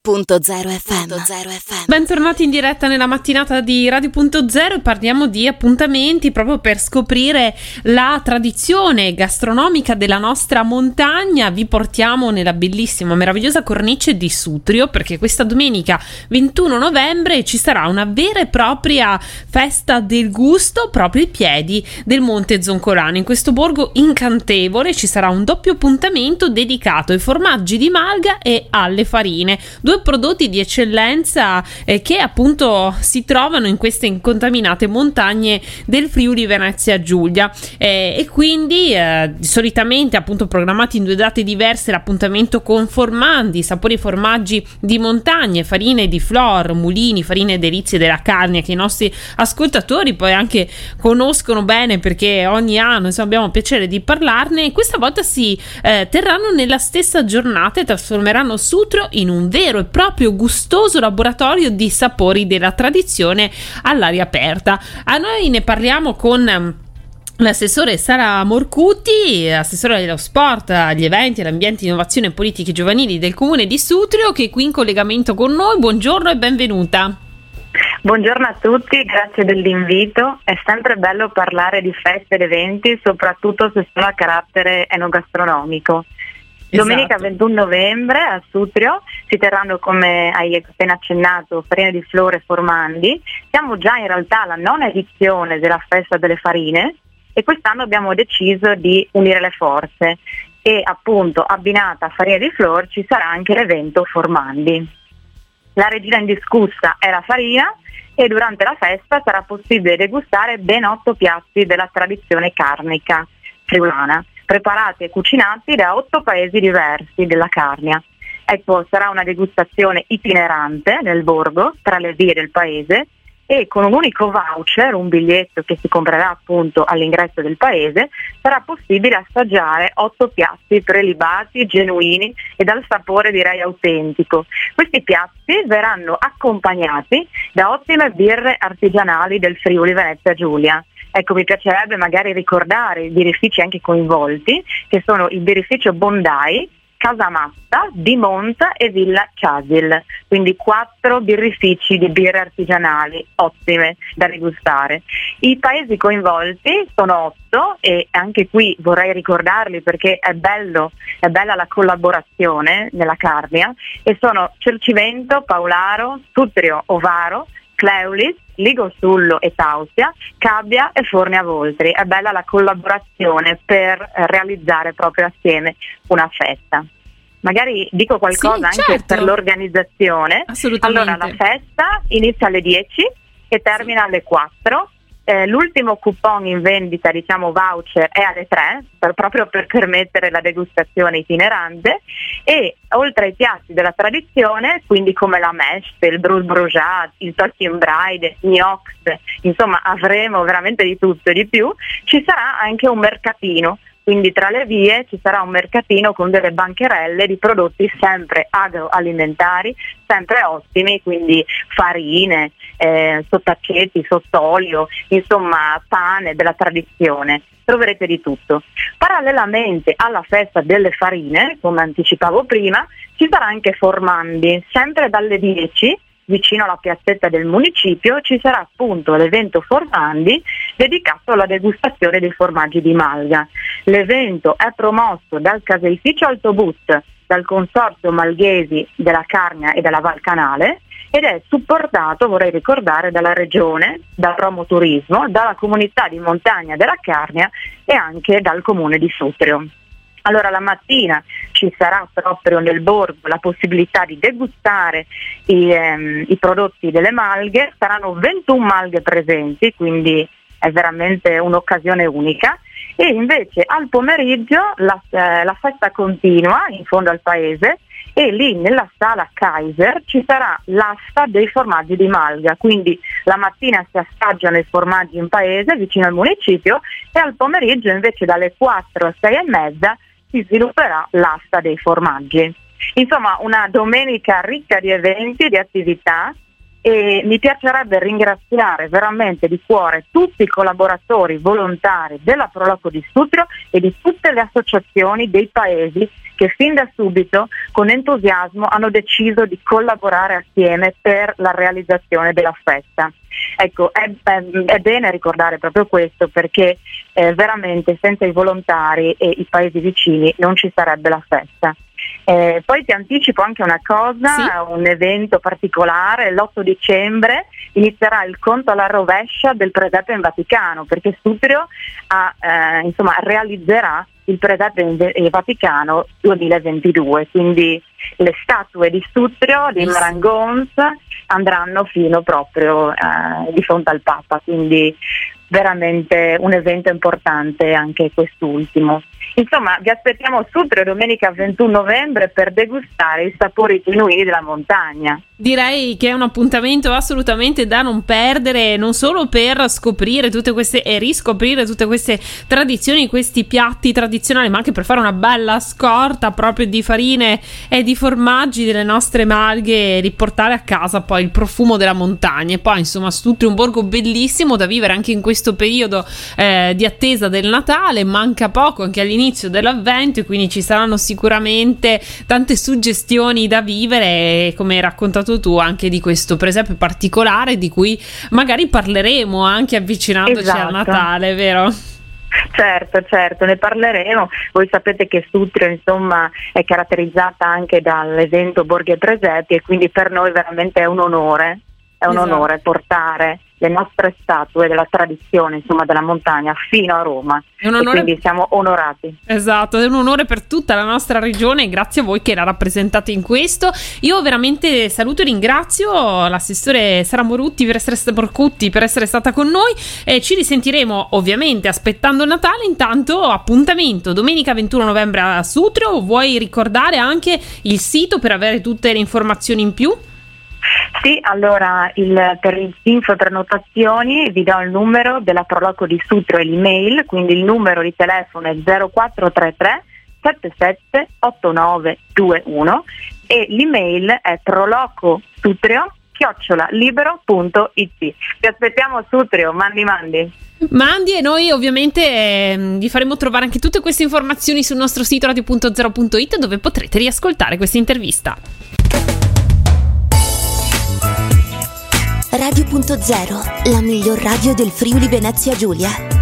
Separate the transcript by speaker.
Speaker 1: Radio.0 FM.
Speaker 2: Bentornati in diretta nella mattinata di Radio.0 e parliamo di appuntamenti proprio per scoprire la tradizione gastronomica della nostra montagna. Vi portiamo nella bellissima, meravigliosa cornice di Sutrio, perché questa domenica 21 novembre ci sarà una vera e propria festa del gusto proprio ai piedi del Monte Zoncolano. In questo borgo incantevole ci sarà un doppio appuntamento dedicato ai formaggi di malga e alle farine, due prodotti di eccellenza che appunto si trovano in queste incontaminate montagne del Friuli Venezia Giulia, e quindi solitamente appunto programmati in due date diverse l'appuntamento con formandi, sapori formaggi di montagne, farine di Flor, mulini, farine delizie della Carnia, che i nostri ascoltatori poi anche conoscono bene perché ogni anno insomma abbiamo piacere di parlarne, e questa volta si terranno nella stessa giornata e trasformeranno Sutrio in un vero e proprio gustoso laboratorio di sapori della tradizione all'aria aperta. A noi ne parliamo con l'assessore Sara Morcuti, assessore dello sport, agli eventi, all'ambiente, innovazione e politiche giovanili del comune di Sutrio, che è qui in collegamento con noi. Buongiorno e benvenuta.
Speaker 3: Buongiorno a tutti, grazie dell'invito. È sempre bello parlare di feste ed eventi, soprattutto se sono a carattere enogastronomico. Domenica 21 novembre a Sutrio si terranno, come hai appena accennato, farine di Flor e formandi. Siamo già in realtà alla 9ª edizione della festa delle farine e quest'anno abbiamo deciso di unire le forze e appunto abbinata a farine di Flor ci sarà anche l'evento formandi. La regina indiscussa è la farina e durante la festa sarà possibile degustare ben 8 piatti della tradizione carnica friulana, preparati e cucinati da 8 paesi diversi della Carnia. Ecco, sarà una degustazione itinerante nel borgo, tra le vie del paese, e con un unico voucher, un biglietto che si comprerà appunto all'ingresso del paese, sarà possibile assaggiare 8 piatti prelibati, genuini e dal sapore direi autentico. Questi piatti verranno accompagnati da ottime birre artigianali del Friuli Venezia Giulia. Ecco, mi piacerebbe magari ricordare i birrifici anche coinvolti, che sono il birrificio Bondai, Casamatta, Di Monta e Villa Casil, quindi 4 birrifici di birre artigianali ottime da degustare. I paesi coinvolti sono 8 e anche qui vorrei ricordarli perché è bella la collaborazione nella Carnia, e sono Cercivento, Paularo, Sutrio, Ovaro, Cleulis, Ligosullo e Tausia, Cabbia e Forni a Voltri. È bella la collaborazione per realizzare proprio assieme una festa. Magari dico qualcosa anche
Speaker 2: certo,
Speaker 3: per l'organizzazione.
Speaker 2: Assolutamente.
Speaker 3: Allora, la festa inizia alle 10 e termina alle 4. L'ultimo coupon in vendita, diciamo voucher, è alle 3, proprio per permettere la degustazione itinerante, e oltre ai piatti della tradizione, quindi come la mesh, il brus brujat, il tortine braide, gnox, insomma avremo veramente di tutto e di più. Ci sarà anche un mercatino, quindi tra le vie ci sarà un mercatino con delle bancherelle di prodotti sempre agroalimentari, sempre ottimi, quindi farine, sottaceti, sottolio, insomma pane della tradizione. Troverete di tutto. Parallelamente alla festa delle farine, come anticipavo prima, ci sarà anche formandi, sempre dalle 10. Vicino alla piazzetta del municipio ci sarà appunto l'evento formandi dedicato alla degustazione dei formaggi di malga. L'evento è promosso dal caseificio Altobus, dal consorzio Malghesi della Carnia e della Val Canale, ed è supportato, vorrei ricordare, dalla regione, dal Promoturismo, dalla comunità di montagna della Carnia e anche dal comune di Sutrio. Allora, la mattina ci sarà proprio nel borgo la possibilità di degustare i prodotti delle malghe. Saranno 21 malghe presenti, quindi è veramente un'occasione unica. E invece al pomeriggio la festa continua in fondo al paese, e lì nella sala Kaiser ci sarà l'asta dei formaggi di malga, quindi la mattina si assaggiano i formaggi in paese vicino al municipio, e al pomeriggio invece dalle 4 a 6 e mezza si svilupperà l'asta dei formaggi. Insomma, una domenica ricca di eventi, di attività, e mi piacerebbe ringraziare veramente di cuore tutti i collaboratori volontari della Proloco di Sutrio e di tutte le associazioni dei paesi che fin da subito con entusiasmo hanno deciso di collaborare assieme per la realizzazione della festa. Ecco, è bene ricordare proprio questo, perché veramente senza i volontari e i paesi vicini non ci sarebbe la festa. Poi ti anticipo anche una cosa,
Speaker 2: sì?
Speaker 3: Un evento particolare: l'8 dicembre inizierà il conto alla rovescia del presepe in Vaticano, perché Sutrio realizzerà il presepe in Vaticano 2022, quindi le statue di Sutrio, di Marangons, andranno fino proprio di fronte al Papa, quindi veramente un evento importante anche quest'ultimo. Insomma, vi aspettiamo a Sutrio domenica 21 novembre per degustare i sapori genuini della montagna.
Speaker 2: Direi che è un appuntamento assolutamente da non perdere, non solo per scoprire tutte queste e riscoprire tutte queste tradizioni, questi piatti tradizionali, ma anche per fare una bella scorta proprio di farine e di formaggi delle nostre malghe e riportare a casa poi il profumo della montagna. E poi insomma Sutrio è un borgo bellissimo da vivere anche in questo periodo di attesa del Natale, manca poco anche all'inizio dell'avvento e quindi ci saranno sicuramente tante suggestioni da vivere, come hai raccontato tu anche di questo presepe particolare di cui magari parleremo anche avvicinandoci al Natale, vero?
Speaker 3: Certo, ne parleremo. Voi sapete che Sutrio insomma è caratterizzata anche dall'evento Borghi e Presepi e quindi per noi veramente è un onore portare le nostre statue della tradizione insomma della montagna fino a Roma, e quindi siamo onorati.
Speaker 2: Esatto, è un onore per tutta la nostra regione e grazie a voi che la rappresentate in questo. Io veramente saluto e ringrazio l'assessore Sara Morutti per essere stata con noi e ci risentiremo ovviamente aspettando il Natale. Intanto appuntamento domenica 21 novembre a Sutrio. Vuoi ricordare anche il sito per avere tutte le informazioni in più?
Speaker 3: Sì, allora per il info e prenotazioni vi do il numero della Proloco di Sutrio e l'email, quindi il numero di telefono è 0433 77 8921 e l'email è prolocosutrio@libero.it. Vi aspettiamo a Sutrio, mandi.
Speaker 2: E noi ovviamente vi faremo trovare anche tutte queste informazioni sul nostro sito radio.0.it, dove potrete riascoltare questa intervista.
Speaker 1: Radio.0, la miglior radio del Friuli Venezia Giulia.